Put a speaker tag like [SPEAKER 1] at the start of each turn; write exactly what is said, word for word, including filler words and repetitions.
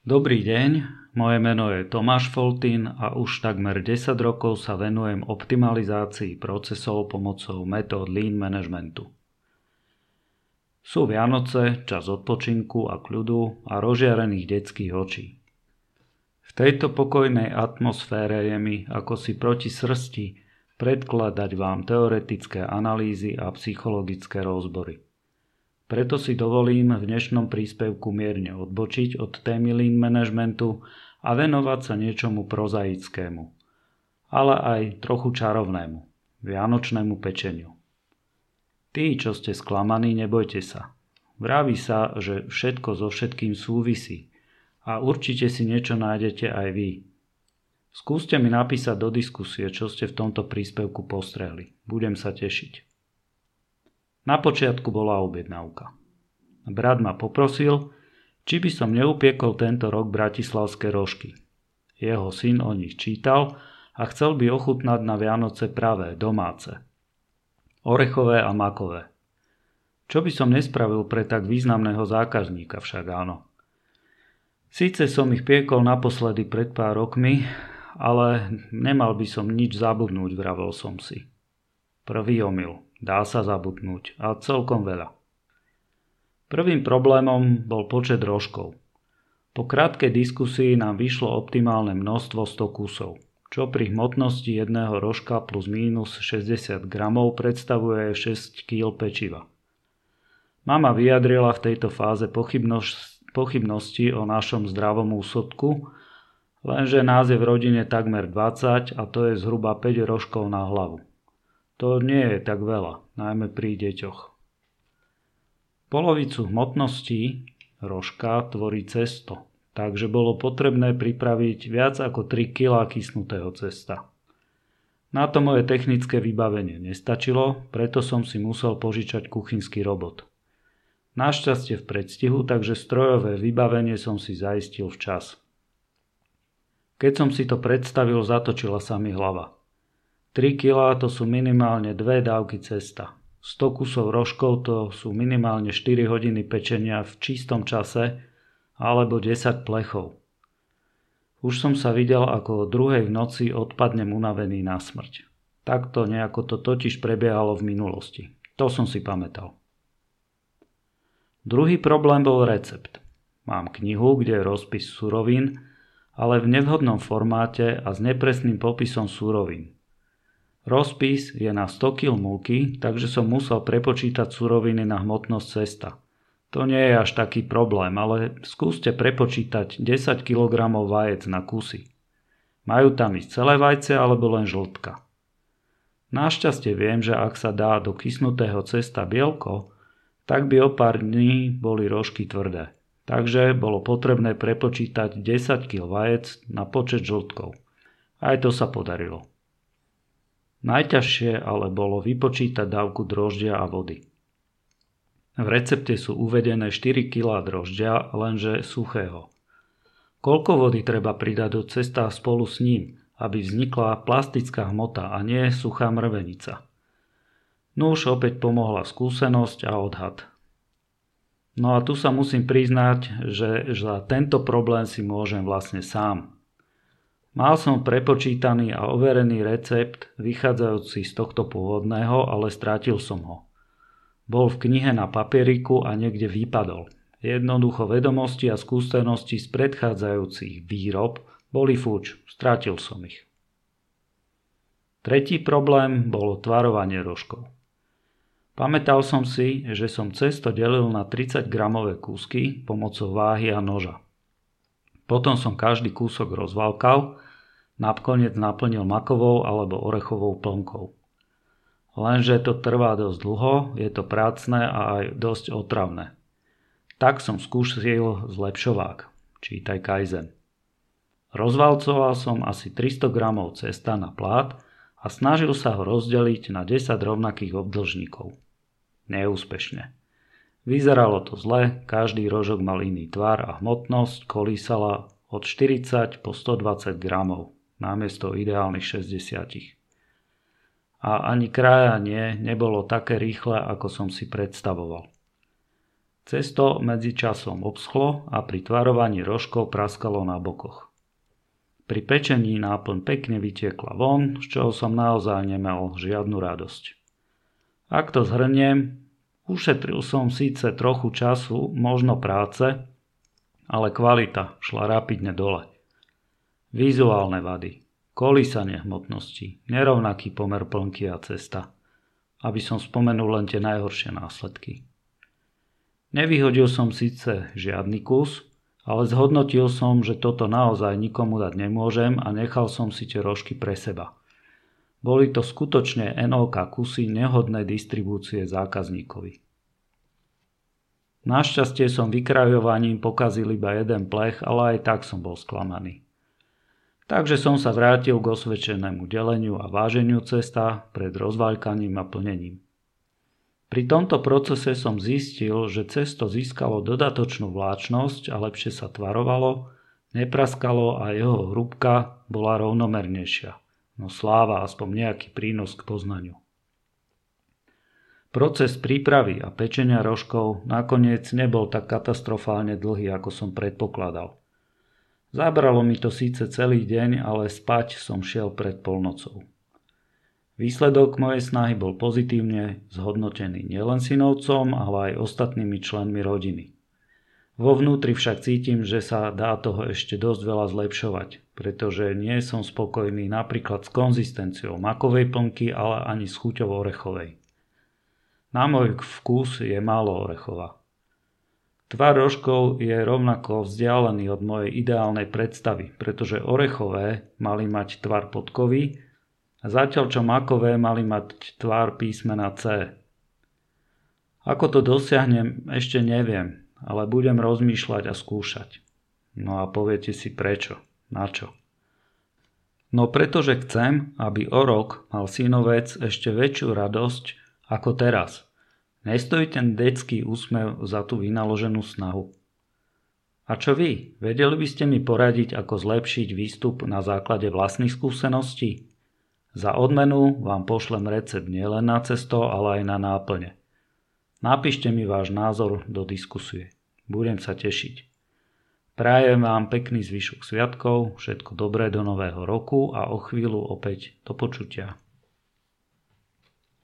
[SPEAKER 1] Dobrý deň, moje meno je Tomáš Foltín a už takmer desať rokov sa venujem optimalizácii procesov pomocou metód Lean managementu. Sú Vianoce, čas odpočinku a kľudu a rozžiarených detských očí. V tejto pokojnej atmosfére je mi ako si proti srsti predkladať vám teoretické analýzy a psychologické rozbory. Preto si dovolím v dnešnom príspevku mierne odbočiť od témy Lean managementu a venovať sa niečomu prozaickému, ale aj trochu čarovnému, vianočnému pečeniu. Tí, čo ste sklamaní, nebojte sa. Vraví sa, že všetko so všetkým súvisí a určite si niečo nájdete aj vy. Skúste mi napísať do diskusie, čo ste v tomto príspevku postrehli. Budem sa tešiť. Na počiatku bola objednávka. Brat ma poprosil, či by som neupiekol tento rok bratislavské rožky. Jeho syn o nich čítal a chcel by ochutnať na Vianoce pravé, domáce. Orechové a makové. Čo by som nespravil pre tak významného zákazníka, však áno. Síce som ich piekol naposledy pred pár rokmi, ale nemal by som nič zabudnúť, vravel som si. Prvý omyl. Dá sa zabudnúť, a celkom veľa. Prvým problémom bol počet rožkov. Po krátkej diskusii nám vyšlo optimálne množstvo sto kusov, čo pri hmotnosti jedného rožka plus mínus šesťdesiat gramov predstavuje šesť kíl pečiva. Mama vyjadrila v tejto fáze pochybnosť, pochybnosti o našom zdravom úsudku, lenže nás je v rodine takmer dvadsať a to je zhruba päť rožkov na hlavu. To nie je tak veľa, najmä pri deťoch. Polovicu hmotnosti rožka tvorí cesto, takže bolo potrebné pripraviť viac ako tri kilá kysnutého cesta. Na to moje technické vybavenie nestačilo, preto som si musel požičať kuchynský robot. Našťastie v predstihu, takže strojové vybavenie som si zaistil včas. Keď som si to predstavil, zatočila sa mi hlava. tri kilá to sú minimálne dve dávky cesta. sto kusov rožkov to sú minimálne štyri hodiny pečenia v čistom čase alebo desať plechov. Už som sa videl, ako o druhej v noci odpadnem unavený na smrť. Takto nejako to totiž prebiehalo v minulosti. To som si pamätal. Druhý problém bol recept. Mám knihu, kde je rozpis surovín, ale v nevhodnom formáte a s nepresným popisom surovín. Rozpis je na sto kíl múky, takže som musel prepočítať suroviny na hmotnosť cesta. To nie je až taký problém, ale skúste prepočítať desať kilogramov vajec na kusy. Majú tam ísť celé vajce alebo len žltka. Našťastie viem, že ak sa dá do kysnutého cesta bielko, tak by o pár dní boli rožky tvrdé. Takže bolo potrebné prepočítať desať kíl vajec na počet žltkov. Aj to sa podarilo. Najťažšie ale bolo vypočítať dávku droždia a vody. V recepte sú uvedené štyri kilá droždia, lenže suchého. Koľko vody treba pridať do cesta spolu s ním, aby vznikla plastická hmota a nie suchá mrvenica? No už opäť pomohla skúsenosť a odhad. No a tu sa musím priznať, že za tento problém si môžem vlastne sám. Mal som prepočítaný a overený recept vychádzajúci z tohto pôvodného, ale strátil som ho. Bol v knihe na papieriku a niekde vypadol. Jednoducho vedomosti a skúsenosti z predchádzajúcich výrob boli fuč, strátil som ich. Tretí problém bolo tvarovanie rožkov. Pamätal som si, že som cesto delil na tridsaťgramové kúsky pomocou váhy a noža. Potom som každý kúsok rozvalkal, nakoniec naplnil makovou alebo orechovou plnkou. Lenže to trvá dosť dlho, je to prácne a aj dosť otravné. Tak som skúsil zlepšovák, čítaj Kaizen. Rozvalcoval som asi tristo gramov cesta na plát a snažil sa ho rozdeliť na desať rovnakých obdĺžnikov. Neúspešne. Vyzeralo to zle, každý rožok mal iný tvar a hmotnosť kolísala od štyridsať po stodvadsať gramov, namiesto ideálnych šesťdesiat. A ani krájanie nebolo také rýchle, ako som si predstavoval. Cesto medzi časom obschlo a pri tvarovaní rožkov praskalo na bokoch. Pri pečení náplň pekne vytiekla von, z čoho som naozaj nemal žiadnu radosť. Ak to zhrniem, ušetril som síce trochu času, možno práce, ale kvalita šla rapidne dole. Vizuálne vady, kolísanie hmotnosti, nerovnaký pomer plnky a cesta, aby som spomenul len tie najhoršie následky. Nevyhodil som síce žiadny kus, ale zhodnotil som, že toto naozaj nikomu dať nemôžem a nechal som si tie rožky pre seba. Boli to skutočne en ó ká kusy nehodné distribúcie zákazníkovi. Našťastie som vykrajovaním pokazil iba jeden plech, ale aj tak som bol sklamaný. Takže som sa vrátil k osvedčenému deleniu a váženiu cesta pred rozvaľkaním a plnením. Pri tomto procese som zistil, že cesto získalo dodatočnú vláčnosť a lepšie sa tvarovalo, nepraskalo a jeho hrúbka bola rovnomernejšia. No sláva, aspoň nejaký prínos k poznaniu. Proces prípravy a pečenia rožkov nakoniec nebol tak katastrofálne dlhý, ako som predpokladal. Zabralo mi to síce celý deň, ale spať som šiel pred polnocou. Výsledok mojej snahy bol pozitívne zhodnotený nielen synovcom, ale aj ostatnými členmi rodiny. Vo vnútri však cítim, že sa dá toho ešte dosť veľa zlepšovať, pretože nie som spokojný napríklad s konzistenciou makovej plnky, ale ani s chuťou orechovej. Na môj vkus je málo orechová. Tvar rožkov je rovnako vzdialený od mojej ideálnej predstavy, pretože orechové mali mať tvar podkovy, zatiaľ čo makové mali mať tvar písmena C. Ako to dosiahnem, ešte neviem, ale budem rozmýšľať a skúšať. No a poviete si prečo, na čo? No pretože chcem, aby o rok mal synovec ešte väčšiu radosť ako teraz. Nestojí ten detský úsmev za tú vynaloženú snahu. A čo vy? Vedeli by ste mi poradiť, ako zlepšiť výstup na základe vlastných skúseností? Za odmenu vám pošlem recept nielen na cesto, ale aj na náplne. Napíšte mi váš názor do diskusie. Budem sa tešiť. Prajem vám pekný zvyšok sviatkov, všetko dobré do nového roku a o chvíľu opäť do počutia.